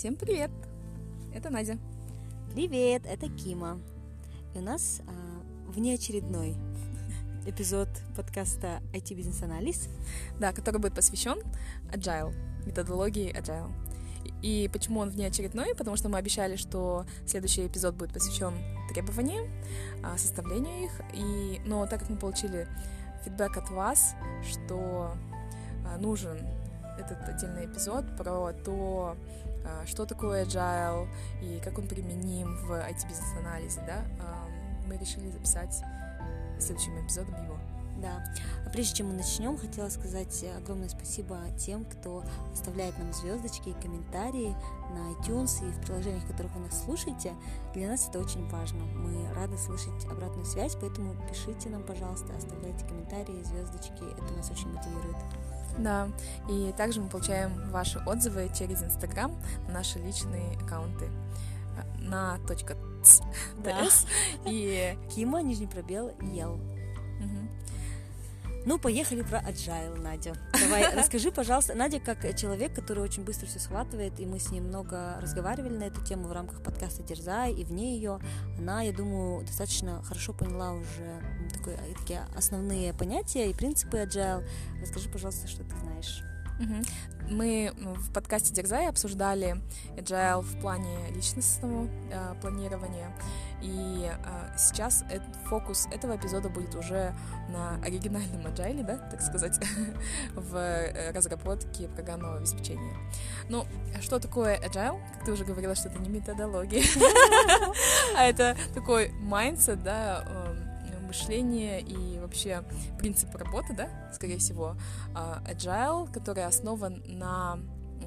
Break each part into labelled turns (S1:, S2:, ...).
S1: Всем привет! Это Надя.
S2: Привет, это Кима. И у нас внеочередной эпизод подкаста IT-бизнес-анализ.
S1: Да, который будет посвящен Agile, методологии Agile. И почему он внеочередной? Потому что мы обещали, что следующий эпизод будет посвящен требованиям, составлению их. Но так как мы получили фидбэк от вас, что нужен этот отдельный эпизод про то, что такое Agile и как он применим в IT-бизнес-анализе, да, мы решили записать следующим эпизодом его.
S2: Да. А прежде чем мы начнем, хотела сказать огромное спасибо тем, кто оставляет нам звездочки и комментарии на iTunes и в приложениях, в которых вы нас слушаете. Для нас это очень важно. Мы рады слышать обратную связь, поэтому пишите нам, пожалуйста, оставляйте комментарии, звездочки. Это нас очень мотивирует.
S1: Да, и также мы получаем ваши отзывы через Инстаграм на наши личные аккаунты на .ts и
S2: Кима, нижний пробел, ел. Ну, поехали про Agile, Надя. Давай, расскажи, пожалуйста. Надя, как человек, который очень быстро все схватывает, и мы с ней много разговаривали на эту тему в рамках подкаста «Дерзай», и вне ее, она, я думаю, достаточно хорошо поняла уже такие основные понятия и принципы Agile. Расскажи, пожалуйста, что ты знаешь.
S1: Мы в подкасте «Дерзай» обсуждали Agile в плане личностного планирования, и сейчас фокус этого эпизода будет уже на оригинальном Agile, да, так сказать, в разработке программного обеспечения. Ну, что такое Agile? Как ты уже говорила, что это не методология, а это такой mindset, да, мышление и вообще принцип работы, да, скорее всего, Agile, который основан на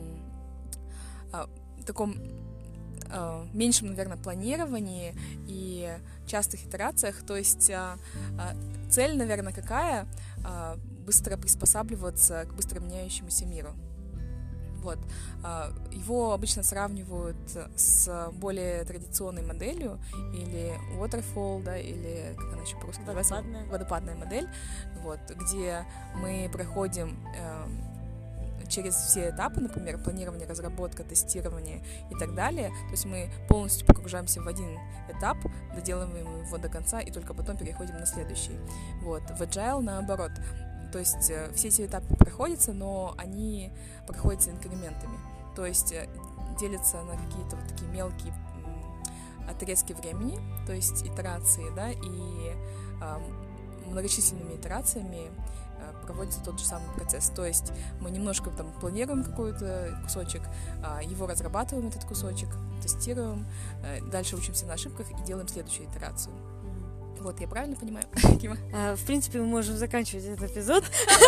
S1: таком меньшем, наверное, планировании и частых итерациях, то есть цель, наверное, какая? Быстро приспосабливаться к быстро меняющемуся миру. Вот. Его обычно сравнивают с более традиционной моделью, или waterfall, да, или как она еще по-русски называется? Водопадная модель, вот, где мы проходим через все этапы, например, планирование, разработка, тестирование и так далее. То есть мы полностью погружаемся в один этап, доделываем его до конца и только потом переходим на следующий. Вот. В Agile наоборот. То есть все эти этапы проходятся, но они проходятся инкрементами. То есть делятся на какие-то вот такие мелкие отрезки времени, то есть итерации, да, и многочисленными итерациями проводится тот же самый процесс. То есть мы немножко там планируем какой-то кусочек, его разрабатываем, этот кусочек, тестируем, дальше учимся на ошибках и делаем следующую итерацию. Вот, я правильно понимаю, Кима?
S2: В принципе, мы можем заканчивать этот эпизод,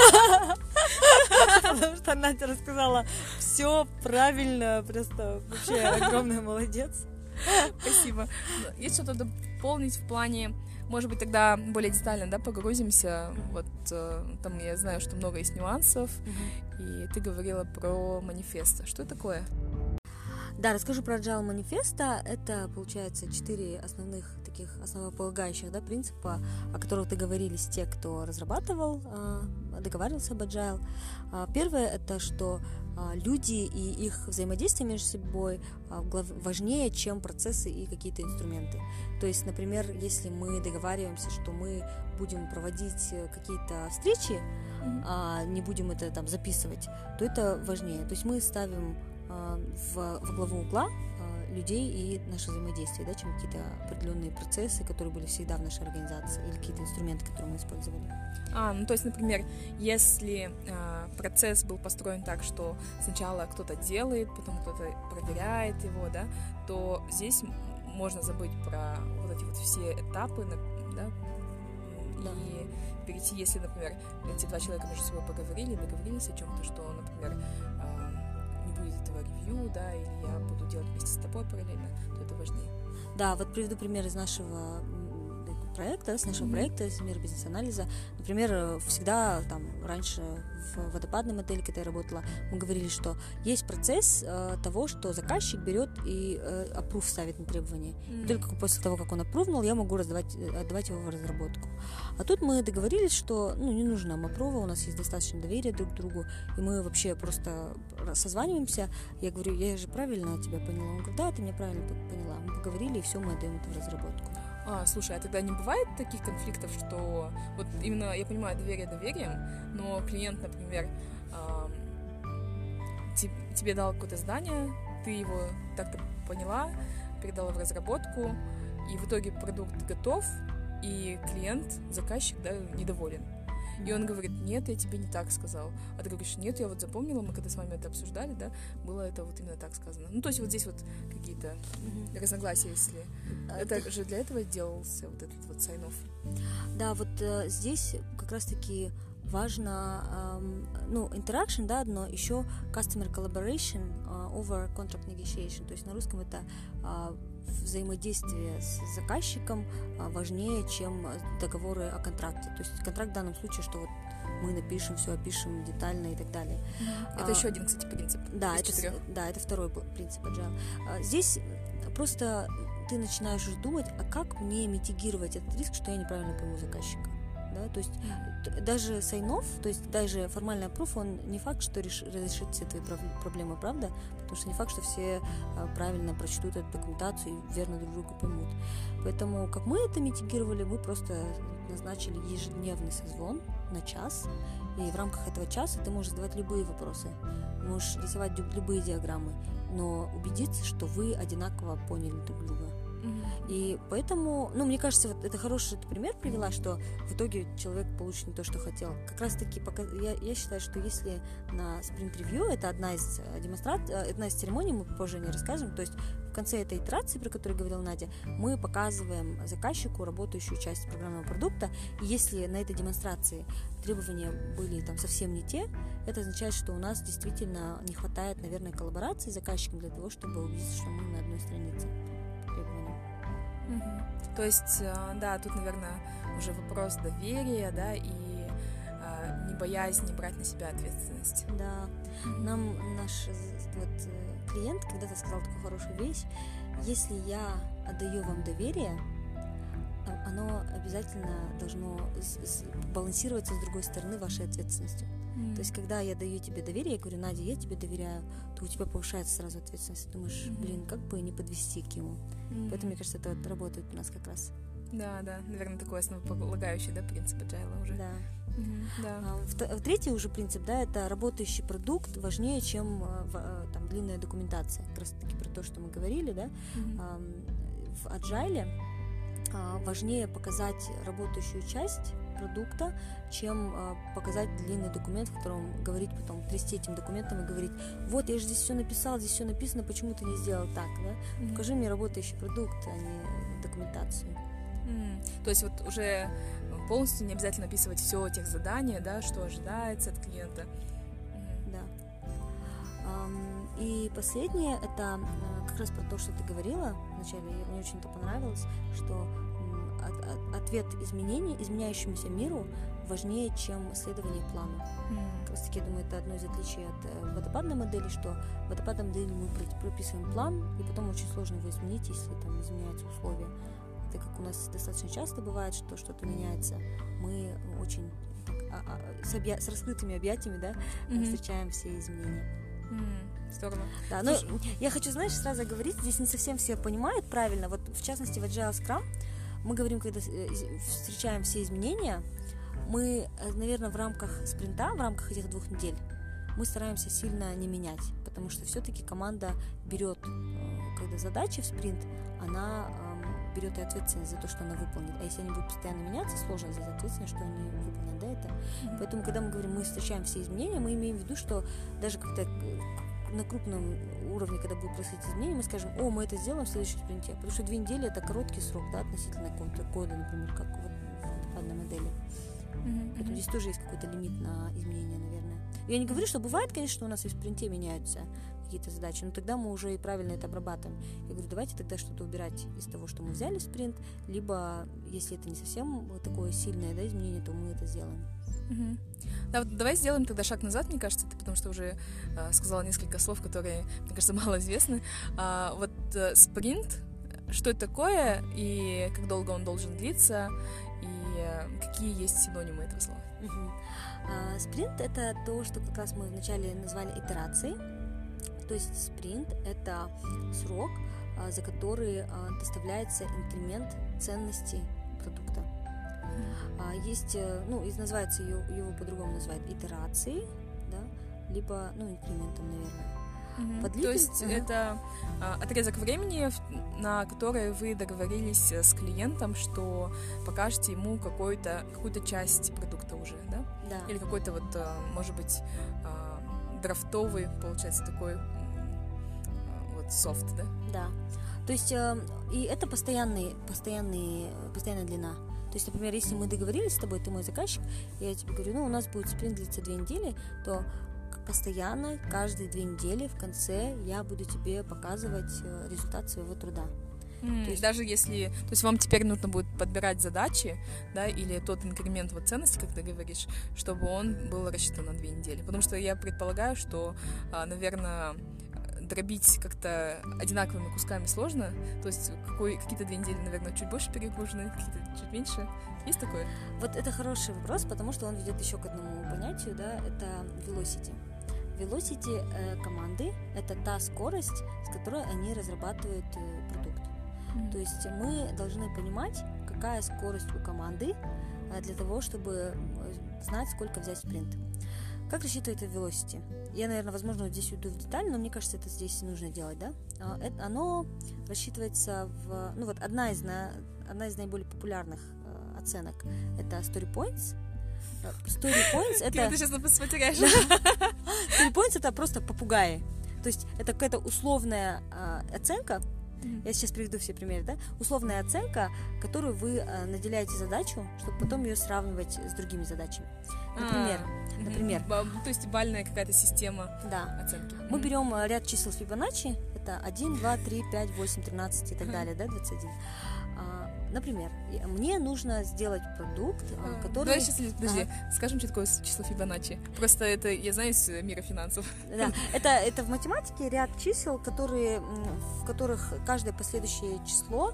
S2: потому что Надя рассказала все правильно, просто вообще огромная молодец.
S1: Спасибо. Есть что-то дополнить в плане, может быть, тогда более детально, да, погрузимся. Вот там я знаю, что много есть нюансов, и ты говорила про манифест. Что это такое?
S2: Да, расскажу про Agile манифеста. Это, получается, 4 основных таких основополагающих, да, принципа, о которых договорились те, кто разрабатывал, договаривался об Agile. Первое — это что люди и их взаимодействие между собой важнее, чем процессы и какие-то инструменты. То есть, например, если мы договариваемся, что мы будем проводить какие-то встречи, а не будем это там записывать, то это важнее. То есть мы ставим во главу угла людей и наше взаимодействие, да, чем какие-то определенные процессы, которые были всегда в нашей организации, или какие-то инструменты, которые мы использовали.
S1: Ну то есть, например, если процесс был построен так, что сначала кто-то делает, потом кто-то проверяет его, да, то здесь можно забыть про вот эти вот все этапы, да, и перейти, если, например, эти два человека между собой поговорили, договорились о чем-то, что, например, будет этого ревью, да, или я буду делать вместе с тобой параллельно, то это важнее.
S2: Да, вот приведу пример из нашего проекта, с нашего проекта, с мира бизнес-анализа. Например, всегда там раньше в водопадной модели, когда я работала, мы говорили, что есть процесс того, что заказчик берет и approve ставит на требования. И только после того, как он аппрувнул, я могу отдавать его в разработку. А тут мы договорились, что не нужно нам аппрува, у нас есть достаточно доверия друг к другу, и мы вообще просто созваниваемся. Я говорю, я же правильно тебя поняла? Он говорит, да, ты меня правильно поняла. Мы поговорили, и все, мы отдаем это в разработку.
S1: Слушай, а тогда не бывает таких конфликтов, что вот именно, я понимаю, доверие доверием, но клиент, например, тебе дал какое-то задание, ты его так-то поняла, передала в разработку, и в итоге продукт готов, и клиент, заказчик, да, недоволен. И он говорит, нет, я тебе не так сказал. А ты говоришь, нет, я вот запомнила, мы когда с вами это обсуждали, да, было это вот именно так сказано. То есть вот здесь вот какие-то разногласия, если... Это же для этого делался вот этот вот sign-off.
S2: Да, вот здесь как раз-таки важно, interaction, да, но еще customer collaboration over contract negotiation. То есть на русском это взаимодействие с заказчиком важнее, чем договоры о контракте. То есть контракт в данном случае, что вот мы напишем, все опишем детально и так далее.
S1: Это еще один, кстати, принцип.
S2: Да, это второй принцип Agile. Здесь просто ты начинаешь уже думать, а как мне митигировать этот риск, что я неправильно пойму заказчика. Да? То есть даже sign-off, то есть даже формальный approve, он не факт, что разрешит все твои проблемы, правда? Потому что не факт, что все правильно прочтут эту документацию и верно друг друга поймут. Поэтому, как мы это митигировали, мы просто назначили ежедневный созвон на час, и в рамках этого часа ты можешь задавать любые вопросы, можешь рисовать любые диаграммы, но убедиться, что вы одинаково поняли друг друга. И поэтому, мне кажется, вот это хороший пример привела, что в итоге человек получит не то, что хотел. Как раз таки, я считаю, что если на спринт-ревью, это одна из церемоний, мы позже не расскажем, то есть в конце этой итерации, про которую говорила Надя, мы показываем заказчику работающую часть программного продукта, и если на этой демонстрации требования были там совсем не те, это означает, что у нас действительно не хватает, наверное, коллаборации с заказчиком для того, чтобы убедиться, что мы на одной странице.
S1: То есть, да, тут, наверное, уже вопрос доверия, да, и не боязни брать на себя ответственность.
S2: Да, нам наш клиент когда-то сказал такую хорошую вещь: если я отдаю вам доверие, оно обязательно должно балансироваться с другой стороны вашей ответственностью. То есть, когда я даю тебе доверие, я говорю, Надя, я тебе доверяю, то у тебя повышается сразу ответственность. Ты думаешь, как бы не подвести к нему. Поэтому, мне кажется, это вот работает у нас как раз.
S1: Да, наверное, такой основополагающий, да, принцип Agile уже.
S2: Да. Третий уже принцип, да, это работающий продукт важнее, чем там длинная документация. Как раз таки про то, что мы говорили, да. В Agile важнее показать работающую часть продукта, чем показать длинный документ, в котором говорить потом, трясти этим документом и говорить, вот, я же здесь все написал, здесь все написано, почему ты не сделал так, да? Покажи мне работающий продукт, а не документацию.
S1: То есть вот уже полностью не обязательно описывать все тех задания, да, что ожидается от клиента.
S2: Да. И последнее, это как раз про то, что ты говорила вначале, мне очень это понравилось, что ответ изменяющемуся миру важнее, чем следование плану. Как раз таки, я думаю, это одно из отличий от водопадной модели, что в водопадной модели мы прописываем план, и потом очень сложно его изменить, если там изменяются условия. Так как у нас достаточно часто бывает, что что-то меняется, мы очень с раскрытыми объятиями, да, встречаем все изменения.
S1: Здорово.
S2: Да, но я хочу, знаешь, сразу говорить, здесь не совсем все понимают правильно. Вот в частности в Agile Scrum мы говорим, когда встречаем все изменения, мы, наверное, в рамках спринта, в рамках этих 2 недель, мы стараемся сильно не менять, потому что все-таки команда берет, когда задача в спринт, она берет и ответственность за то, что она выполнит. А если они будут постоянно меняться, сложно взять ответственность, что они выполнят, да, это. Поэтому, когда мы говорим, мы встречаем все изменения, мы имеем в виду, что даже как-то на крупном уровне, когда будут происходить изменения, мы скажем, мы это сделаем в следующем спринте. Потому что 2 недели это короткий срок, да, относительно какого-то года, например, как вот в одной модели. Поэтому здесь тоже есть какой-то лимит на изменения, наверное. Я не говорю, что бывает, конечно, что у нас и в спринте меняются какие-то задачи, но тогда мы уже и правильно это обрабатываем. Я говорю, давайте тогда что-то убирать из того, что мы взяли в спринт, либо, если это не совсем такое сильное, да, изменение, то мы это сделаем.
S1: Да, вот давай сделаем тогда шаг назад, мне кажется, ты потому что уже сказала несколько слов, которые, мне кажется, мало известны. Спринт, что это такое, и как долго он должен длиться, и какие есть синонимы этого слова?
S2: Спринт — это то, что как раз мы вначале назвали итерацией. То есть спринт — это срок, за который доставляется инкремент ценности продукта. Есть, называется его по-другому называют итерацией, да, либо, инкрементом, наверное.
S1: То есть это отрезок времени, на который вы договорились с клиентом, что покажете ему какую-то часть продукта уже, да?
S2: Да.
S1: Или какой-то может быть, драфтовый, получается, такой софт, да?
S2: Да. То есть и это постоянная длина. То есть, например, если мы договорились с тобой, ты мой заказчик, я тебе говорю, у нас будет спринт длиться 2 недели, то постоянно, каждые 2 недели в конце я буду тебе показывать результат своего труда.
S1: То есть даже если... То есть вам теперь нужно будет подбирать задачи, да, или тот инкремент ценности, как ты говоришь, чтобы он был рассчитан на 2 недели. Потому что я предполагаю, что, наверное, дробить как-то одинаковыми кусками сложно. То есть какие-то 2 недели, наверное, чуть больше перегружены, какие-то чуть меньше. Есть такое?
S2: Вот это хороший вопрос, потому что он ведет еще к одному понятию, да, это velocity. Velocity команды — это та скорость, с которой они разрабатывают продукт. То есть мы должны понимать, какая скорость у команды для того, чтобы знать, сколько взять спринт. Как рассчитывает velocity? Я, наверное, возможно, здесь уйду в деталь, но мне кажется, это здесь нужно делать, да? Оно рассчитывается одна из наиболее популярных оценок — это story points. Story points — это...
S1: Ты сейчас нас потеряешь.
S2: Story points — это просто попугаи. То есть это какая-то условная оценка. Я сейчас приведу все примеры, да? Условная оценка, которую вы наделяете задачу, чтобы потом ее сравнивать с другими задачами. Например.
S1: То есть бальная какая-то система оценки.
S2: Мы берем ряд чисел Фибоначчи, это 1, 2, 3, 5, 8, 13 и так далее, да, 21. Например, мне нужно сделать продукт, который...
S1: Давай сейчас, подожди, скажем, что такое число Фибоначчи. Просто это я знаю из мира финансов.
S2: Да, это в математике ряд чисел, в которых каждое последующее число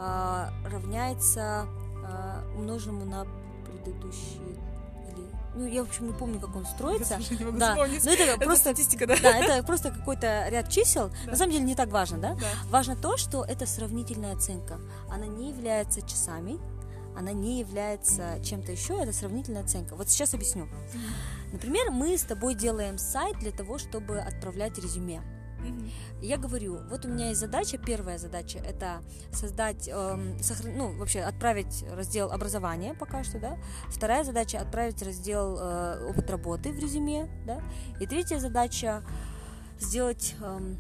S2: равняется умноженному на предыдущее. Я, в общем, не помню, как он строится.
S1: Да, но
S2: это просто
S1: статистика, да?
S2: Да, это просто какой-то ряд чисел.
S1: Да.
S2: На самом деле не так важно, да?
S1: Да.
S2: Важно то, что это сравнительная оценка. Она не является часами, она не является чем-то еще, это сравнительная оценка. Вот сейчас объясню. Например, мы с тобой делаем сайт для того, чтобы отправлять резюме. Я говорю, вот у меня есть задача, первая задача — это создать, отправить раздел образования пока что, да. Вторая задача — отправить раздел опыт работы в резюме, да. И третья задача — сделать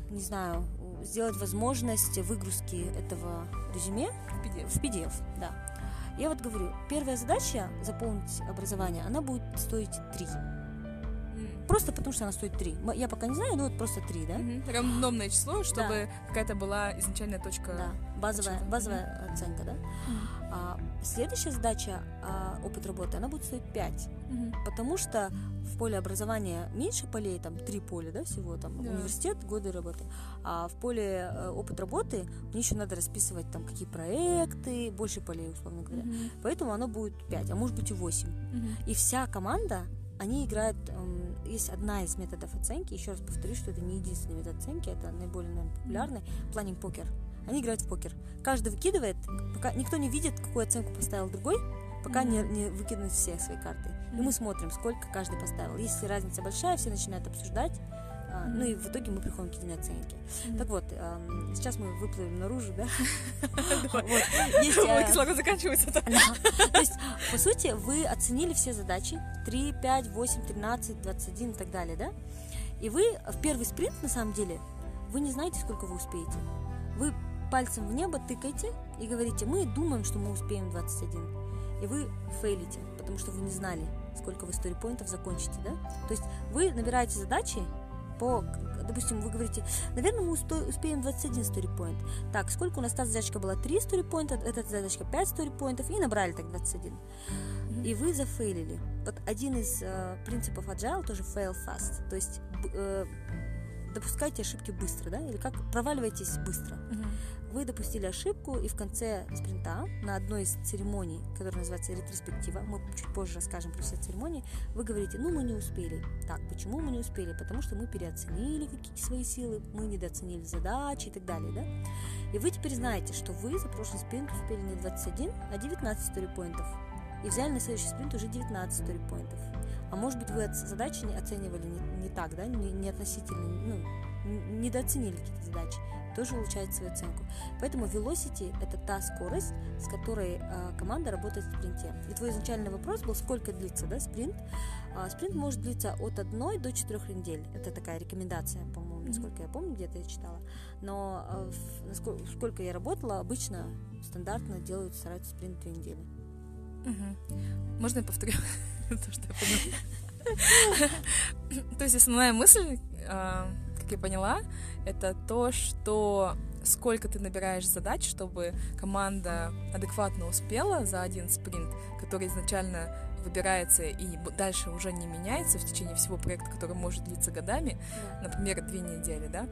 S2: возможность выгрузки этого резюме в PDF, да. Я вот говорю, первая задача — заполнить образование, она будет стоить 3. Просто потому, что она стоит 3. Я пока не знаю, но вот просто 3, да?
S1: Рандомное число, чтобы какая-то была изначальная точка.
S2: Да, базовая оценка, да? Следующая задача, опыт работы, она будет стоить 5. Потому что в поле образования меньше полей, там 3 поля, да, всего, там университет, годы работы. А в поле опыт работы мне еще надо расписывать там какие проекты, больше полей, условно говоря. Поэтому оно будет 5, а может быть и 8. И вся команда, они играют, есть одна из методов оценки, еще раз повторюсь, что это не единственный метод оценки, это наиболее, наверное, популярный, planning покер. Они играют в покер. Каждый выкидывает, пока никто не видит, какую оценку поставил другой, пока не выкинут все свои карты. И мы смотрим, сколько каждый поставил. Если разница большая, все начинают обсуждать, и в итоге мы приходим к единой оценке. Так вот, сейчас мы выплывем наружу, да?
S1: Кислород заканчивается.
S2: То есть, по сути, вы оценили все задачи 3, 5, 8, 13, 21 и так далее, да? И вы в первый спринт, на самом деле, вы не знаете, сколько вы успеете. Вы пальцем в небо тыкаете и говорите, мы думаем, что мы успеем 21. И вы фейлите, потому что вы не знали, сколько вы сторипоинтов закончите, да? То есть вы набираете задачи по, допустим, вы говорите, наверное, мы успеем 21 сторипоинт. Так, сколько у нас та задачка была? 3 сторипоинта, эта задачка 5 сторипоинтов, и набрали так 21. И вы зафейлили. Вот один из принципов Agile тоже fail fast, то есть допускайте ошибки быстро, да, или как проваливайтесь быстро. Вы допустили ошибку, и в конце спринта на одной из церемоний, которая называется ретроспектива, мы чуть позже расскажем про все церемонии, вы говорите, ну мы не успели. Так, почему мы не успели? Потому что мы переоценили какие-то свои силы, мы недооценили задачи и так далее, да. И вы теперь знаете, что вы за прошлый спринт успели не 21, а 19 сторипоинтов. И взяли на следующий спринт уже 19 сторипоинтов. А может быть, вы задачи оценивали не так, да, не относительно, недооценили какие-то задачи, тоже улучшает свою оценку. Поэтому velocity – это та скорость, с которой команда работает в спринте. И твой изначальный вопрос был, сколько длится, да, спринт. Спринт может длиться от 1 до 4 недель. Это такая рекомендация, по-моему, насколько я помню, где-то я читала. Но сколько я работала, обычно стандартно стараются спринт 2 недели.
S1: Можно я повторю то, что я поняла? То есть основная мысль, как я поняла, это то, что сколько ты набираешь задач, чтобы команда адекватно успела за один спринт, который изначально выбирается и дальше уже не меняется в течение всего проекта, который может длиться годами, например, 2 недели, да?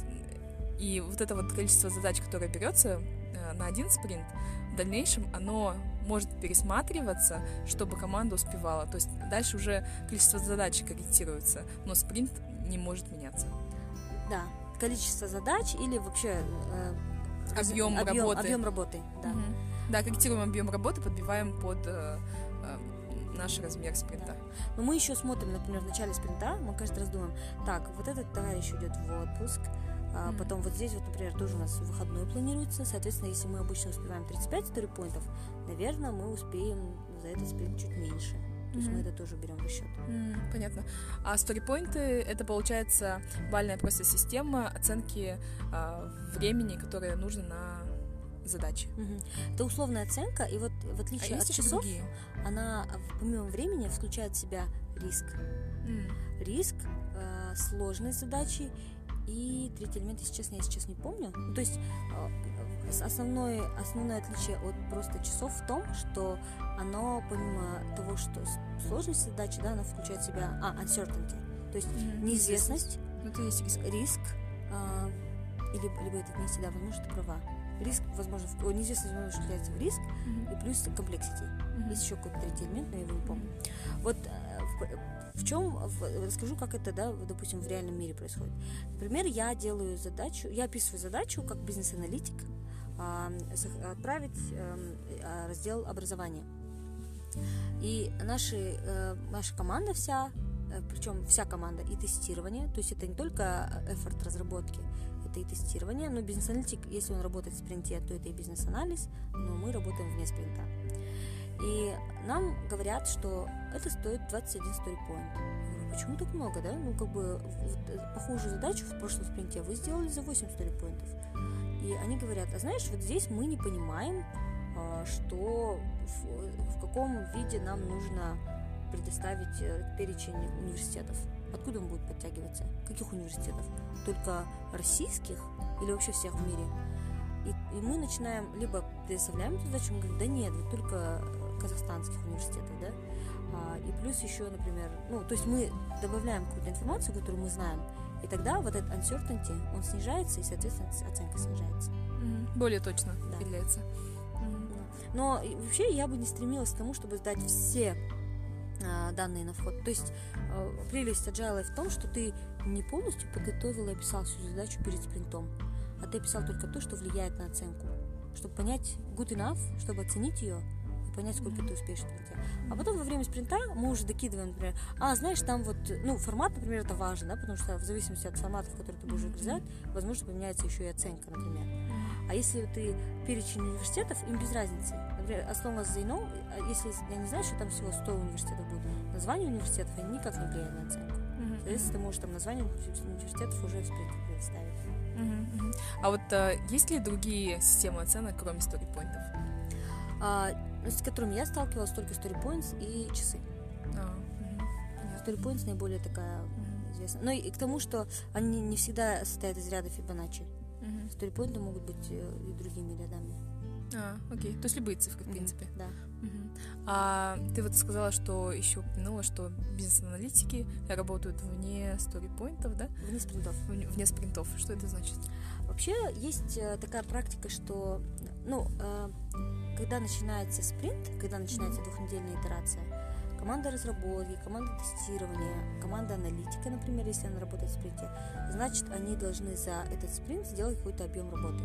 S1: И вот это вот количество задач, которое берется на один спринт, в дальнейшем оно может пересматриваться, чтобы команда успевала. То есть дальше уже количество задач корректируется, но спринт не может меняться.
S2: Да, количество задач или вообще
S1: объем работы.
S2: Объем работы, да.
S1: Да, корректируем объем работы, подбиваем под наш размер спринта.
S2: Да. Но мы еще смотрим, например, в начале спринта, мы каждый раз думаем, так, вот этот товарищ идет в отпуск, потом вот здесь вот, например, тоже у нас выходной планируется, соответственно, если мы обычно успеваем 35 сторипоинтов, наверное, мы успеем за этот спринт чуть меньше. То есть мы это тоже берем в расчет.
S1: Понятно. А сторипоинты — это, получается, бальная просто система оценки времени, которое нужно на задачи.
S2: Это условная оценка, и вот в отличие от часов, она помимо времени включает в себя риск. Риск, сложность задачи и третий элемент, я сейчас не помню. То есть основное отличие от просто часов в том, что оно, помимо того, что сложность задачи, да, она включает в себя uncertainty, то есть неизвестность, риск, либо это вместе, да, возможно, ты права. Риск, возможно, неизвестность, возможно, включается в риск, и плюс complexity. Есть еще какой-то третий элемент, но я его не помню. Вот в чем, расскажу, как это, да, допустим, в реальном мире происходит. Например, я описываю задачу как бизнес-аналитик, отправить раздел образования. И наша команда вся, причем вся команда, и тестирование, то есть это не только эффорт разработки, это и тестирование, но бизнес-аналитик, если он работает в спринте, то это и бизнес-анализ, но мы работаем вне спринта. И нам говорят, что это стоит 21 сторипоинт. Я говорю, почему так много, да? Похожую задачу в прошлом спринте вы сделали за 8 сторипоинтов. И они говорят, а знаешь, вот здесь мы не понимаем, что в каком виде нам нужно предоставить перечень университетов. Откуда он будет подтягиваться? Каких университетов? Только российских или вообще всех в мире? И мы начинаем, либо предоставляем эту задачу, мы говорим, да нет, вот только казахстанских университетов, да? И плюс еще, например, то есть мы добавляем какую-то информацию, которую мы знаем, и тогда вот этот uncertainty, он снижается, и, соответственно, оценка снижается.
S1: Более точно определяется.
S2: Но вообще я бы не стремилась к тому, чтобы сдать все данные на вход. То есть прелесть Agile в том, что ты не полностью подготовил и описал всю задачу перед спринтом, а ты описал только то, что влияет на оценку, чтобы понять good enough, чтобы оценить ее и понять, сколько ты успеешь в спринте. А потом во время спринта мы уже докидываем, например, знаешь, там вот, формат, например, это важно, да, потому что в зависимости от форматов, которые ты будешь вырезать, возможно, поменяется еще и оценка, например. А если ты перечень университетов, им без разницы. Например, основа Зейно, если я не знаю, что там всего 100 университетов будет, название университетов, они никак не влияют на оценку. Соответственно, ты можешь там название университетов уже в спринте представить.
S1: А вот есть ли другие системы оценок, кроме сторипоинтов?
S2: с которыми я сталкивалась, только story points и часы. Story points наиболее такая известная. Но и к тому, что они не всегда состоят из ряда Фибоначчи. Story points могут быть и другими рядами.
S1: Окей. То есть любые цифры, в принципе.
S2: Да.
S1: А ты вот сказала, что еще упомянула, что бизнес-аналитики работают вне story-поинтов, да?
S2: Вне спринтов.
S1: Вне спринтов. Что это значит?
S2: Вообще есть такая практика, что когда начинается спринт, когда начинается двухнедельная итерация, команда разработки, команда тестирования, команда аналитика, например, если она работает в спринте, значит, они должны за этот спринт сделать какой-то объем работы.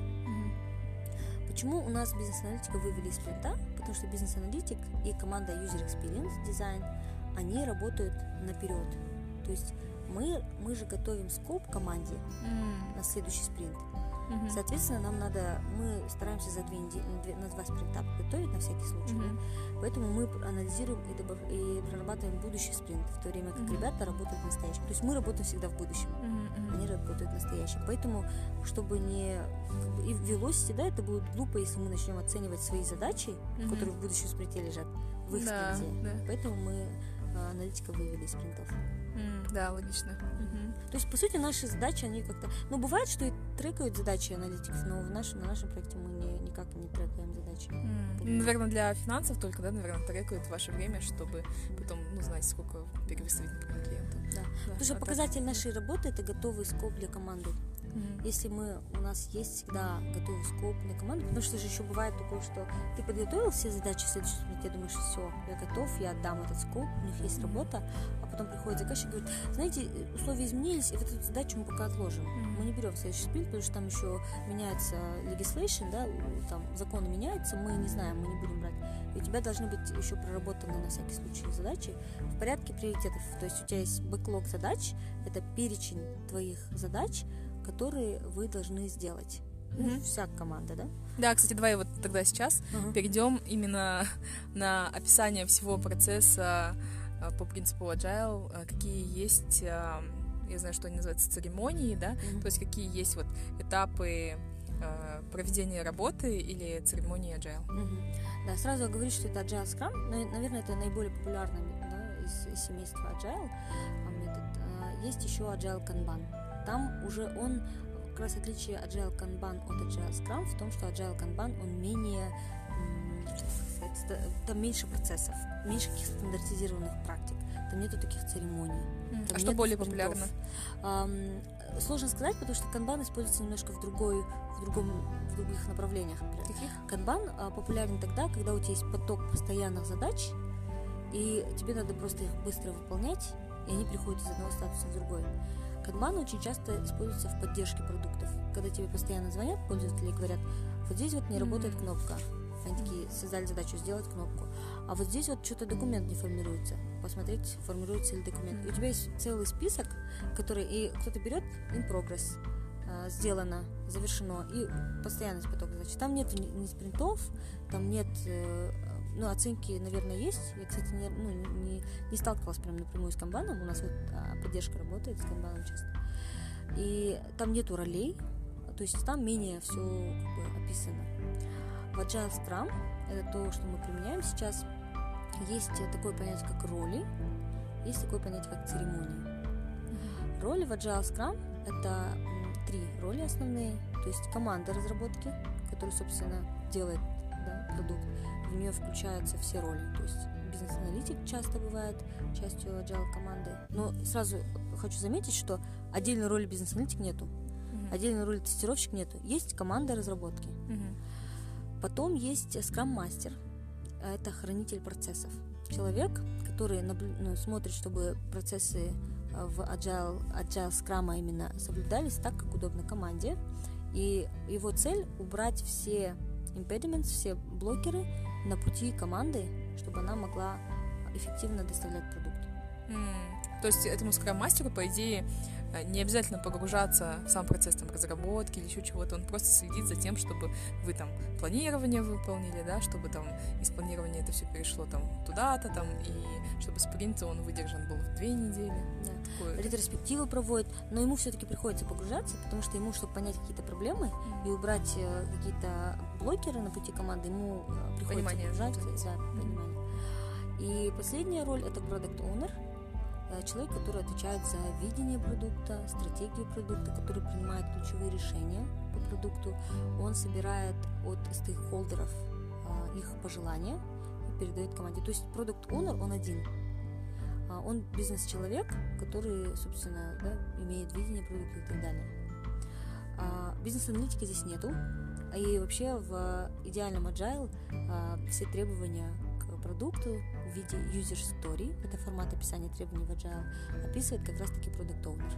S2: Почему у нас бизнес-аналитика вывели из спринта? Потому что бизнес-аналитик и команда User Experience Design, они работают наперед. То есть мы же готовим скоп команде на следующий спринт. Соответственно, мы стараемся за 2 недели, на 2 спринта подготовить на всякий случай. Поэтому мы анализируем и прорабатываем будущий спринт, в то время как ребята работают в настоящем. То есть мы работаем всегда в будущем, они работают в настоящем. Поэтому, чтобы не... И в Velocity, да, это будет глупо, если мы начнем оценивать свои задачи, которые в будущем спринте лежат, в их спринте. Да. Поэтому мы аналитика вывели из спринтов.
S1: Да, логично.
S2: То есть, по сути, наши задачи, они как-то... Ну, бывает, что и трекают задачи аналитиков, но на нашем проекте мы никак не трекаем задачи.
S1: Наверное, для финансов только, да, наверное, трекают ваше время, чтобы потом, знать, сколько перевыставить, например, клиенту.
S2: Да. Потому что показатель нашей работы — это готовый скоп для команды. Если у нас есть всегда готовый скоп на команду, потому что же еще бывает такое, что ты подготовил все задачи в следующем спринте, думаешь, все, я готов, я отдам этот скоп, у них есть работа, а потом приходит заказчик и говорит, знаете, условия изменились, и вот эту задачу мы пока отложим. Мы не берем в следующий спринт, потому что там еще меняется legislation, да, там законы меняются, мы не знаем, мы не будем брать. И у тебя должны быть еще проработаны на всякий случай задачи в порядке приоритетов. То есть у тебя есть бэклог задач, это перечень твоих задач, которые вы должны сделать. Вся команда, да?
S1: Да, кстати, давай вот тогда сейчас перейдем именно на описание всего процесса по принципу Agile, какие есть, я знаю, что они называются церемонии, да, то есть какие есть вот этапы проведения работы или церемонии Agile.
S2: Да, сразу говорю, что это Agile Scrum, но, наверное, это наиболее популярный, да, из семейства Agile метод. Есть еще Agile Kanban. Там уже как раз отличие Agile Kanban от Agile Scrum в том, что Agile Kanban, он менее, там меньше процессов, меньше каких-то стандартизированных практик, там нету таких церемоний.
S1: А что более популярно?
S2: Сложно сказать, потому что Kanban используется немножко в других направлениях. Kanban популярен тогда, когда у тебя есть поток постоянных задач, и тебе надо просто их быстро выполнять, и они приходят из одного статуса в другой. Kanban очень часто используется в поддержке продуктов. Когда тебе постоянно звонят пользователи и говорят, вот здесь вот не работает кнопка. Они такие создали задачу сделать кнопку. А вот здесь вот что-то документ не формируется. Посмотреть, формируется ли документ. И у тебя есть целый список, который и кто-то берет in progress, сделано, завершено, и постоянность потока задач. Там нет ни спринтов, там нет... оценки, наверное, есть. Я, кстати, не сталкивалась прям напрямую с Kanban. У нас вот поддержка работает с Kanban часто. И там нету ролей, то есть там менее все описано. В Agile Scrum, это то, что мы применяем сейчас, есть такое понятие, как роли, есть такое понятие, как церемонии. Роли в Agile Scrum — это 3 роли основные, то есть команда разработки, которая, собственно, делает продукт. В нее включаются все роли, то есть бизнес-аналитик часто бывает частью Agile команды. Но сразу хочу заметить, что отдельной роли бизнес-аналитик нету, отдельной роли тестировщик нету. Есть команда разработки. Потом есть Scrum-мастер, это хранитель процессов. Человек, который смотрит, чтобы процессы в Agile Scrum именно соблюдались так, как удобно команде. И его цель — убрать все impediments, все блокеры на пути команды, чтобы она могла эффективно доставлять продукт.
S1: То есть этому скрам-мастеру, по идее, не обязательно погружаться в сам процесс разработки или еще чего-то, он просто следит за тем, чтобы вы планирование выполнили, да, чтобы из планирования это все перешло туда-то, и чтобы спринт он выдержан был в 2 недели.
S2: Да.
S1: такую.
S2: Ретроспективы проводит, но ему все-таки приходится погружаться, потому что ему, чтобы понять какие-то проблемы и убрать какие-то блокеры на пути команды, ему приходится погружаться. Да, понимание. И последняя роль — это Product Owner, человек, который отвечает за видение продукта, стратегию продукта, который принимает ключевые решения по продукту. Он собирает от стейкхолдеров их пожелания и передает команде. То есть Product Owner, он один. Он бизнес-человек, который, собственно, да, имеет видение продукта и так далее. Бизнес-аналитики здесь нету. И вообще в идеальном agile все требования к продукту в виде user story, это формат описания требований в agile, описывает как раз-таки Product Owner.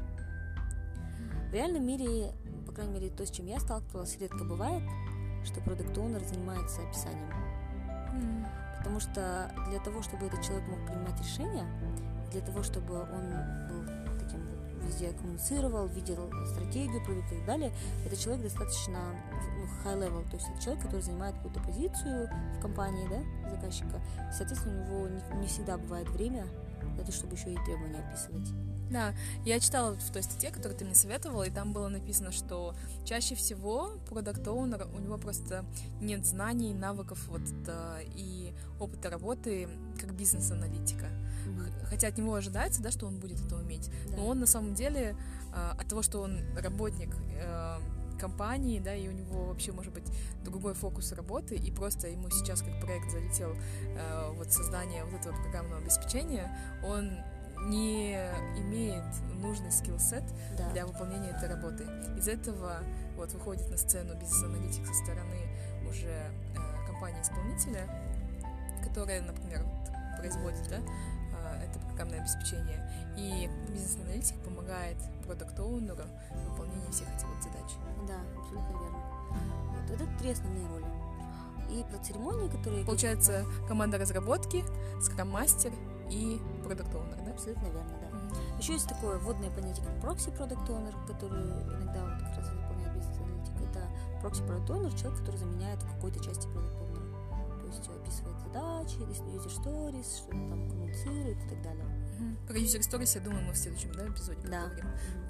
S2: В реальном мире, по крайней мере, то, с чем я сталкивалась, редко бывает, что Product Owner занимается описанием. Потому что для того, чтобы этот человек мог принимать решения, для того, чтобы он был таким вот, везде коммуницировал, видел стратегию продукта и так далее, этот человек достаточно high level, то есть это человек, который занимает какую-то позицию в компании, да, заказчика. Соответственно, у него не всегда бывает время для того, чтобы еще и требования описывать.
S1: Да, я читала в той статье, которую ты мне советовала, и там было написано, что чаще всего Product Owner, у него просто нет знаний, навыков вот, и опыта работы как бизнес-аналитика. Хотя от него ожидается, да, что он будет это уметь. Да. Но он на самом деле от того, что он работник компании, да, и у него вообще может быть другой фокус работы, и просто ему сейчас как проект залетел вот создание вот этого программного обеспечения, он не имеет нужный скилл-сет для выполнения этой работы. Из-за этого вот выходит на сцену бизнес-аналитик со стороны уже компании-исполнителя, которая, например, производит, да, это программное обеспечение, и бизнес-аналитик помогает продакт-оунеру в выполнении всех этих вот задач.
S2: Да, абсолютно верно. Вот это три основные роли. И про церемонии, которые...
S1: Получается, команда разработки, скрам-мастер и продакт-оунер, да?
S2: Абсолютно верно, да. Еще есть такое вводное понятие, как прокси-продакт-оунер, который иногда вот как раз выполняет бизнес-аналитик. Это прокси-продакт-оунер, человек, который заменяет в какой-то части продакт-оунера. То есть описывает задачи, user stories, что-то там коммуницирует и так далее.
S1: Про user stories, я думаю, мы в следующем, да, эпизоде поговорим.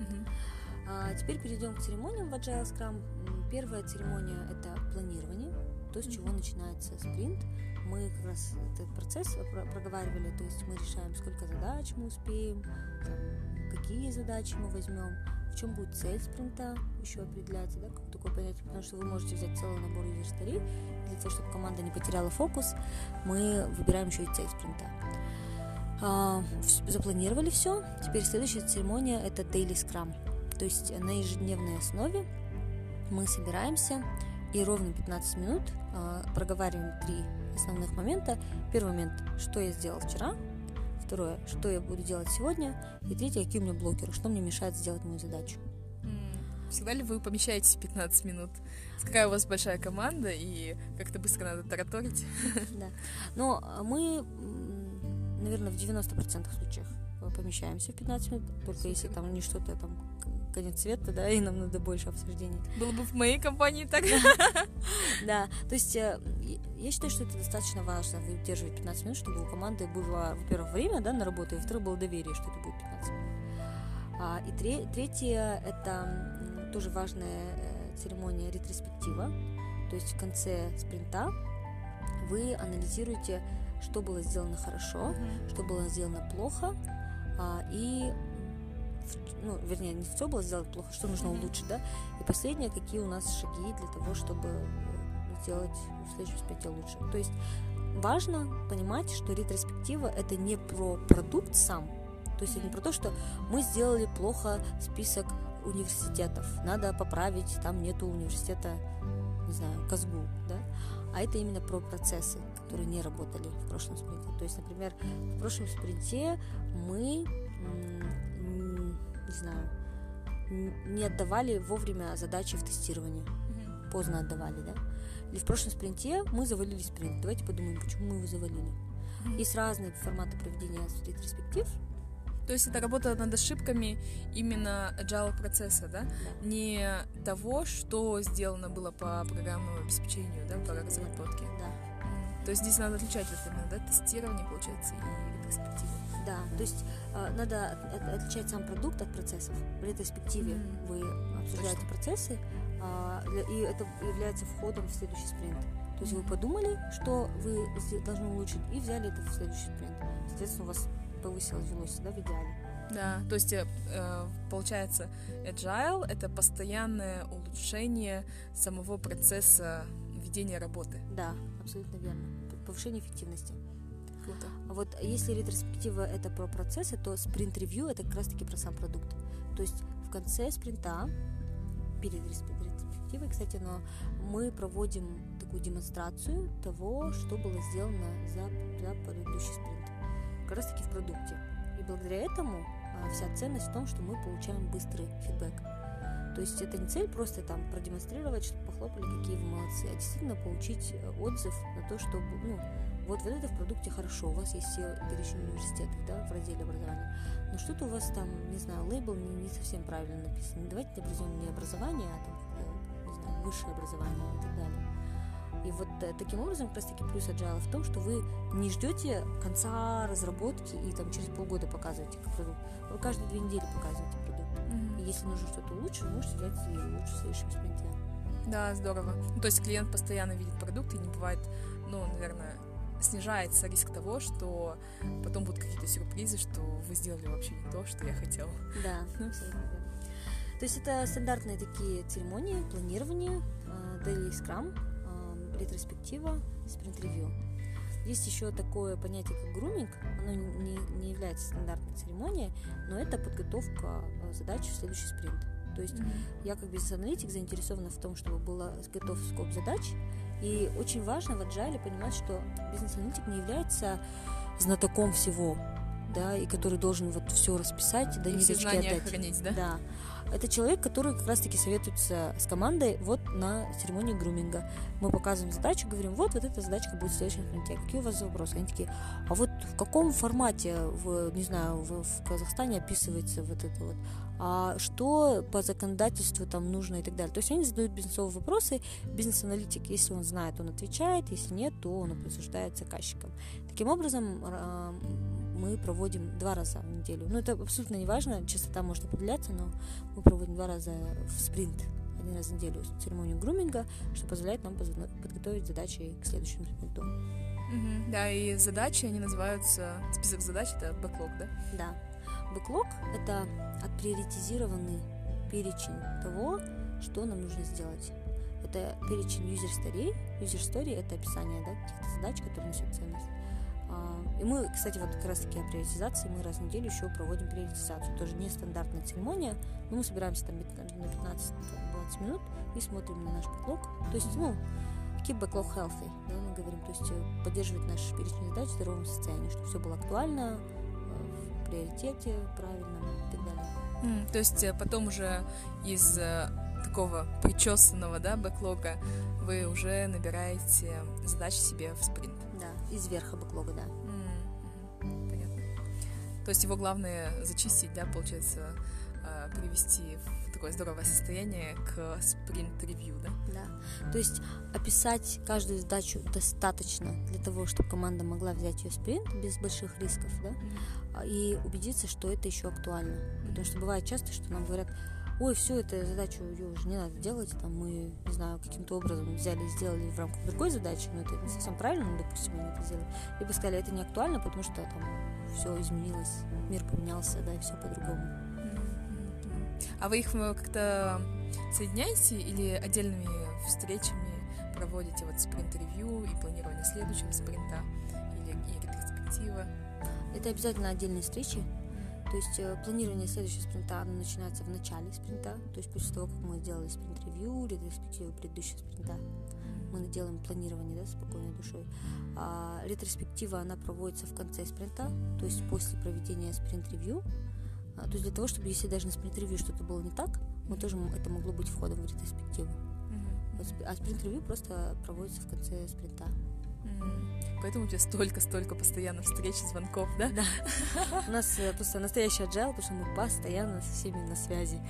S2: Теперь перейдем к церемониям в Agile Scrum. Первая церемония — это планирование, то, с чего начинается спринт. Мы как раз этот процесс проговаривали, то есть мы решаем, сколько задач мы успеем, какие задачи мы возьмем, в чем будет цель спринта, еще определяется, да, как такое понятие, потому что вы можете взять целый набор user-story, для того, чтобы команда не потеряла фокус, мы выбираем еще и цель спринта. Запланировали все. Теперь следующая церемония — это Daily Scrum, то есть на ежедневной основе мы собираемся и ровно 15 минут проговариваем 3 основных момента. Первый момент, что я сделал вчера. Второе, что я буду делать сегодня. И третье, какие у меня блокеры, что мне мешает сделать мою задачу.
S1: Всегда ли вы помещаетесь в 15 минут? Какая у вас большая команда и как-то быстро надо тараторить?
S2: Да. Но мы, наверное, в 90% случаев помещаемся в 15 минут, только если там не что-то там конец света, да, и нам надо больше обсуждений.
S1: Было бы в моей компании так.
S2: Да, то есть я считаю, что это достаточно важно, выдерживать 15 минут, чтобы у команды было, во-первых, время, да, на работу, и во-вторых, было доверие, что это будет 15 минут. И третье, это тоже важная церемония ретроспектива, то есть в конце спринта вы анализируете, что было сделано хорошо, что было сделано плохо, и вернее, не все было сделано плохо, что нужно улучшить, да, и последнее, какие у нас шаги для того, чтобы сделать в следующем спринте лучше. То есть важно понимать, что ретроспектива — это не про продукт сам, то есть это не про то, что мы сделали плохо список университетов, надо поправить, там нету университета, не знаю, Казгу, да, а это именно про процессы, которые не работали в прошлом спринте. То есть, например, в прошлом спринте мы не знаю, не отдавали вовремя задачи в тестировании. Поздно отдавали, да? Или в прошлом спринте мы завалили спринт. Давайте подумаем, почему мы его завалили. Есть разные форматы проведения ретроспектив.
S1: То есть это работа над ошибками именно agile процесса, да? Не того, что сделано было по программному обеспечению, да, по разработке.
S2: Да.
S1: То есть здесь надо отличать вот именно, да, тестирование, получается, и ретроспективу.
S2: Да, то есть надо отличать сам продукт от процессов. В ретроспективе вы обсуждаете процессы, и это является входом в следующий спринт. То есть вы подумали, что вы должны улучшить, и взяли это в следующий спринт. Соответственно, у вас повысилась velocity, да, в идеале.
S1: Да, то есть получается, agile — это постоянное улучшение самого процесса ведения работы.
S2: Да, абсолютно верно. Повышение эффективности.
S1: Круто.
S2: Вот если ретроспектива — это про процессы, то спринт-ревью — это как раз-таки про сам продукт. То есть в конце спринта, перед ретроспективой, кстати, но мы проводим такую демонстрацию того, что было сделано за предыдущий спринт. Как раз-таки в продукте. И благодаря этому вся ценность в том, что мы получаем быстрый фидбэк. То есть это не цель просто там продемонстрировать, чтобы похлопали, какие вы молодцы, а действительно получить отзыв на то, что вот это в продукте хорошо, у вас есть все перечень университетов, да, в разделе образования, но что-то у вас там, не знаю, лейбл не совсем правильно написан. Давайте не образуем не образование, а там, не знаю, высшее образование и так далее. И вот таким образом как раз таки плюс agile в том, что вы не ждете конца разработки и там через полгода показываете продукт. Вы каждые 2 недели показываете продукт. И если нужно что-то улучшить, вы можете взять и улучшить в следующем спринте.
S1: Да, здорово. То есть клиент постоянно видит продукт, и не бывает, наверное, снижается риск того, что потом будут какие-то сюрпризы, что вы сделали вообще не то, что я хотел.
S2: Да, абсолютно верно. То есть это стандартные такие церемонии, планирование, daily scrum, ретроспектива, спринт-ревью. Есть еще такое понятие, как груминг. Оно не является стандартной церемонией, но это подготовка задач в следующий спринт. То есть я как бизнес-аналитик заинтересована в том, чтобы был готов скоп задач. И очень важно в agile понимать, что бизнес-аналитик не является знатоком всего, да, и который должен вот все расписать, да, ниточки отдать.
S1: Хранить, да?
S2: Да. Это человек, который как раз-таки советуется с командой вот на церемонии груминга. Мы показываем задачу, говорим, вот эта задачка будет в следующем спринте. Какие у вас вопросы? Они такие, а вот в каком формате, не знаю, в Казахстане описывается вот это вот? А что по законодательству там нужно и так далее. То есть они задают бизнесовые вопросы, бизнес-аналитик, если он знает, он отвечает, если нет, то он обсуждает с заказчиком. Таким образом, мы проводим 2 раза в неделю. Это абсолютно не важно, частота может определяться, но мы проводим 2 раза в спринт, 1 раз в неделю церемонию груминга, что позволяет нам подготовить задачи к следующему спринту.
S1: Да, и задачи, они называются, список задач, это бэклог, да?
S2: Да. Бэклог — это отприоритизированный перечень того, что нам нужно сделать. Это перечень user story. User story — это описание, да, каких-то задач, которые несут ценность. И мы, кстати, вот как раз-таки о приоритизации, мы раз в неделю еще проводим приоритизацию. Тоже нестандартная церемония, но мы собираемся там на 15-20 минут и смотрим на наш бэклог. То есть, keep backlog healthy, да, мы говорим, то есть поддерживать наш перечень задач в здоровом состоянии, чтобы все было актуально, в приоритете правильном и так далее.
S1: То есть потом уже из такого причесанного, да, бэклога вы уже набираете задачи себе в спринт.
S2: Да, из верха бэклога, да.
S1: Понятно. То есть его главное зачистить, да, получается, привести в такое здоровое состояние к спринт-ревью, да?
S2: Да. То есть описать каждую задачу достаточно для того, чтобы команда могла взять ее в спринт без больших рисков, да, и убедиться, что это еще актуально. Потому что бывает часто, что нам говорят, ой, все, эту задачу ее уже не надо делать, там мы, не знаю, каким-то образом взяли и сделали в рамках другой задачи, но это не совсем правильно, но, допустим, они это сделали. Либо сказали, это не актуально, потому что там все изменилось, мир поменялся, да, и все по-другому.
S1: А вы их как-то соединяете или отдельными встречами проводите вот спринт-ревью и планирование следующего спринта или ретроспектива?
S2: Это обязательно отдельные встречи. То есть планирование следующего спринта, оно начинается в начале спринта, то есть после того, как мы сделали спринт-ревью, ретроспективу предыдущего спринта, мы делаем планирование, да, с спокойной душой. А ретроспектива, она проводится в конце спринта, то есть после проведения спринт-ревью. То есть для того, чтобы, если даже на спринт-ревью что-то было не так, мы тоже, это могло быть входом в ретроспективу. А спринт-ревью просто проводится в конце спринта.
S1: Поэтому у тебя столько постоянно встреч, звонков, да?
S2: Да. У нас просто настоящий agile, потому что мы постоянно со всеми на связи.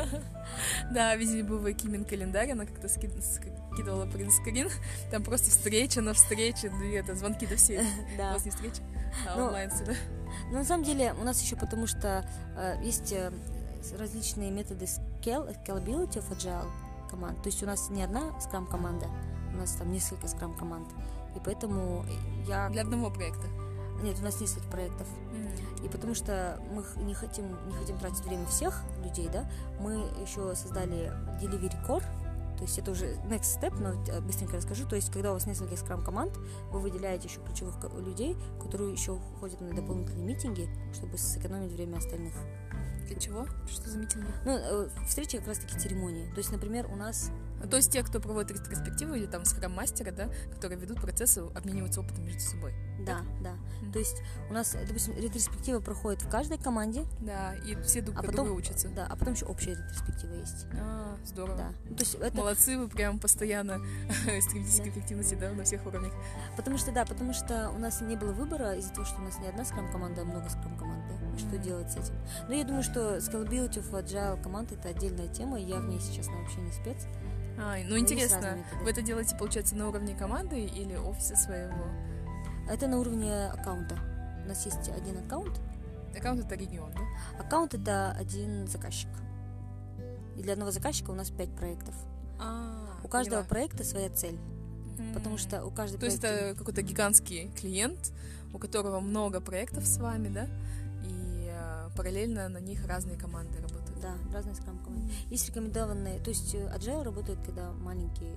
S1: Да, видели бы вы Кимин календарь, она как-то скидывала принтскрин, там просто встреча на встрече, звонки до всех. У вас не встреча, а онлайн всегда.
S2: Но на самом деле у нас еще потому что есть различные методы scalability of agile команд. То есть у нас не одна скрам-команда, у нас там несколько скрам-команд. И поэтому
S1: Для одного проекта?
S2: Нет, у нас несколько проектов. И потому что мы не хотим тратить время всех людей, да, мы еще создали Delivery Core, то есть это уже next step, но быстренько расскажу. То есть когда у вас несколько скрам-команд, вы выделяете еще ключевых людей, которые еще ходят на дополнительные митинги, чтобы сэкономить время остальных.
S1: Для чего? Что за митинги?
S2: Встречи как раз-таки церемонии. То есть, например, у нас...
S1: То есть те, кто проводит ретроспективу или там скрам-мастеры, да, которые ведут процессы, обмениваются опытом между собой.
S2: Да. То есть у нас, допустим, ретроспектива проходит в каждой команде.
S1: Да, и все друг от друга учатся.
S2: Да, а потом еще общая ретроспектива есть.
S1: Здорово.
S2: Да. То есть это...
S1: Молодцы, вы прям постоянно стремитесь к эффективности, да, на всех уровнях.
S2: Потому что у нас не было выбора из-за того, что у нас не одна скрам-команда, а много скрам-команд, да? Что делать с этим? Но я думаю, что scalability of agile команд — это отдельная тема, и я в ней сейчас вообще не спец.
S1: Интересно, вы это делаете, получается, на уровне команды или офиса своего?
S2: Это на уровне аккаунта. У нас есть один аккаунт.
S1: Аккаунт — это регион, да?
S2: Аккаунт — это один заказчик. И для одного заказчика у нас 5 проектов. У каждого проекта своя цель. Потому что у каждого
S1: проекта... То есть это какой-то гигантский клиент, у которого много проектов с вами, да? И параллельно на них разные команды работают.
S2: Да, разные скрам-команды. Есть рекомендованные... То есть Agile работает, когда маленькие...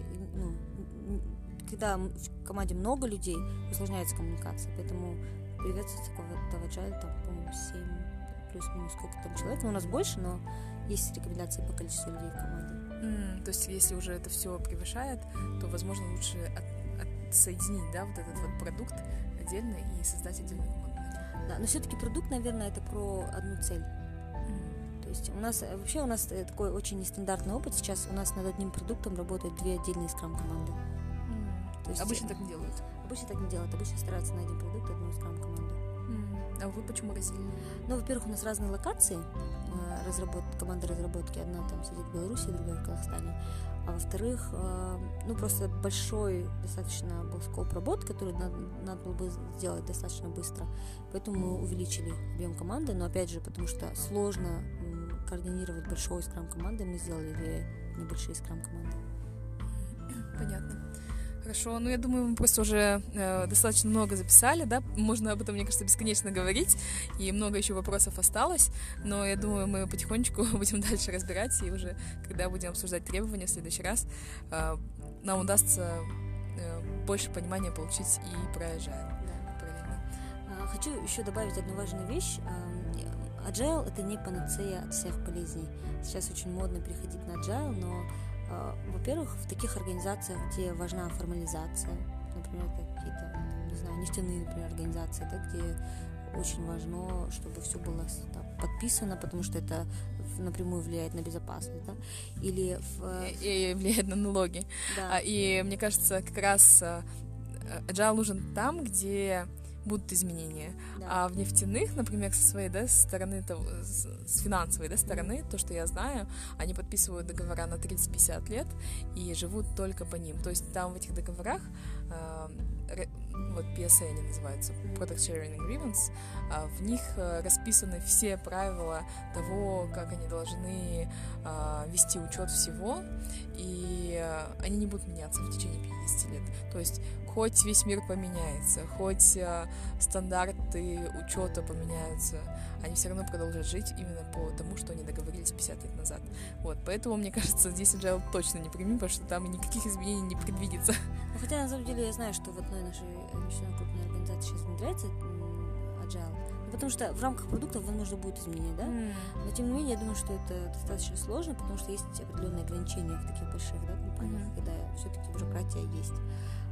S2: когда в команде много людей, усложняется коммуникация. Поэтому приветствуется кого-то в Agile, там, по-моему, 7 плюс-минус сколько там человек. У нас больше, но есть рекомендации по количеству людей в команде.
S1: То есть если уже это все превышает, то, возможно, лучше отсоединить, да, вот этот вот продукт отдельно и создать отдельную команду.
S2: Да, но все-таки продукт, наверное, это про одну цель. То есть у нас такой очень нестандартный опыт. Сейчас у нас над одним продуктом работают 2 отдельные скрам-команды.
S1: Обычно так не делают?
S2: Обычно так не делают. Обычно стараются на один продукт одну скрам-команду.
S1: А вы почему разделили?
S2: Во-первых, у нас разные локации команды разработки. Одна там сидит в Беларуси, другая в Казахстане. А во-вторых, просто большой достаточно был скоп работ, который надо было бы сделать достаточно быстро. Поэтому мы увеличили объем команды. Но опять же, потому что сложно координировать большой скрам-командой, мы сделали 2 небольшие скрам-команды.
S1: Понятно. Хорошо, я думаю, мы просто уже достаточно много записали, да, можно об этом, мне кажется, бесконечно говорить, и много еще вопросов осталось, но я думаю, мы потихонечку будем дальше разбирать, и уже, когда будем обсуждать требования в следующий раз, нам удастся больше понимания получить и про Agile.
S2: Да. Хочу еще добавить одну важную вещь. Agile — это не панацея от всех болезней. Сейчас очень модно переходить на Agile, но во-первых, в таких организациях, где важна формализация, например, какие-то, не знаю, нефтяные, например, организации, да, где очень важно, чтобы все было подписано, потому что это напрямую влияет на безопасность, да, или
S1: и влияет на налоги.
S2: Да.
S1: И мне кажется, как раз Agile нужен там, где будут изменения. Да. А в нефтяных, например, со своей, да, стороны, с финансовой, да, стороны, то, что я знаю, они подписывают договора на 30-50 лет и живут только по ним. То есть там в этих договорах вот PSA они называются, Product Sharing Agreements, в них расписаны все правила того, как они должны вести учет всего, и они не будут меняться в течение 50 лет. То есть хоть весь мир поменяется, хоть стандарты учета поменяются, они все равно продолжат жить именно по тому, что они договорились 50 лет назад. Вот, поэтому, мне кажется, здесь Agile точно не примем, потому что там никаких изменений не предвидится.
S2: Хотя, на самом деле, я знаю, что в одной нашей крупной организации сейчас внедряется Agile, потому что в рамках продуктов, возможно, будут изменения, да? Но, тем не менее, я думаю, что это достаточно сложно, потому что есть определенные ограничения в таких больших, да, компаниях, когда все-таки бюрократия есть.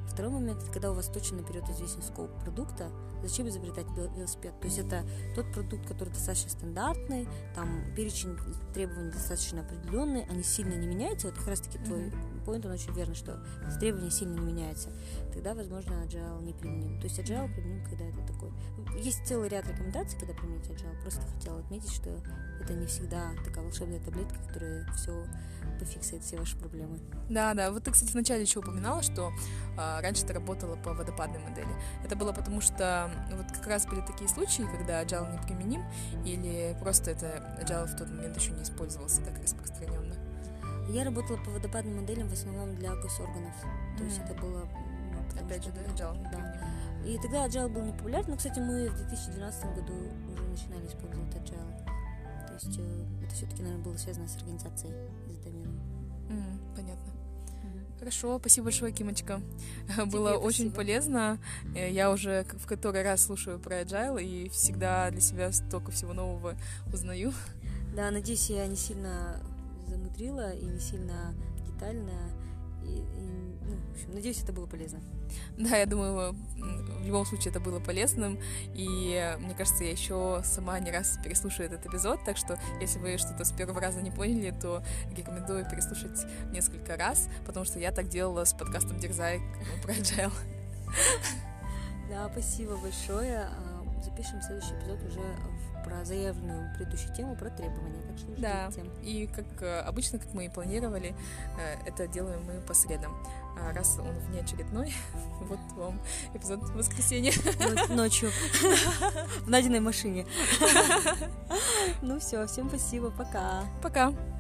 S2: Второй момент, это когда у вас точно наперед известен скоп продукта, зачем изобретать велосипед? То есть это тот продукт, который достаточно стандартный, там перечень требований достаточно определенный, они сильно не меняются. Вот как раз-таки твой point, он очень верно, что требования сильно не меняются. Тогда, возможно, agile не применим. То есть agile применим, когда это такой... Есть целый ряд рекомендаций, когда применить agile. Просто хотела отметить, что это не всегда такая волшебная таблетка, которая все пофиксит, все ваши проблемы.
S1: Да. Вот ты, кстати, вначале еще упоминала, что раньше ты работала по водопадной модели. Это было потому, что вот как раз были такие случаи, когда agile неприменим, или просто это agile в тот момент еще не использовался так распространенно?
S2: Я работала по водопадным моделям в основном для госорганов. То есть это было...
S1: Опять же, agile неприменим.
S2: И тогда agile был не популярен, но, кстати, мы в 2012 году уже начинали использовать agile. То есть это все-таки, наверное, было связано с организацией и с доменом.
S1: Понятно. Хорошо, спасибо большое, Кимочка. Было
S2: спасибо.
S1: Очень полезно. Я уже в который раз слушаю про agile и всегда для себя столько всего нового узнаю.
S2: Да, надеюсь, я не сильно замудрила и не сильно детально. В общем, надеюсь, это было полезно.
S1: Да, я думаю, в любом случае это было полезным, и мне кажется, я еще сама не раз переслушаю этот эпизод, так что если вы что-то с первого раза не поняли, то рекомендую переслушать несколько раз, потому что я так делала с подкастом Дерзай про agile.
S2: Да, спасибо большое. Запишем следующий эпизод уже про заявленную предыдущую тему, про требования. Так что
S1: да, и как обычно, как мы и планировали, это делаем мы по средам. Раз он внеочередной, вот вам эпизод в воскресенье.
S2: Ночью. В Надиной машине. Ну все, всем спасибо, пока.
S1: Пока.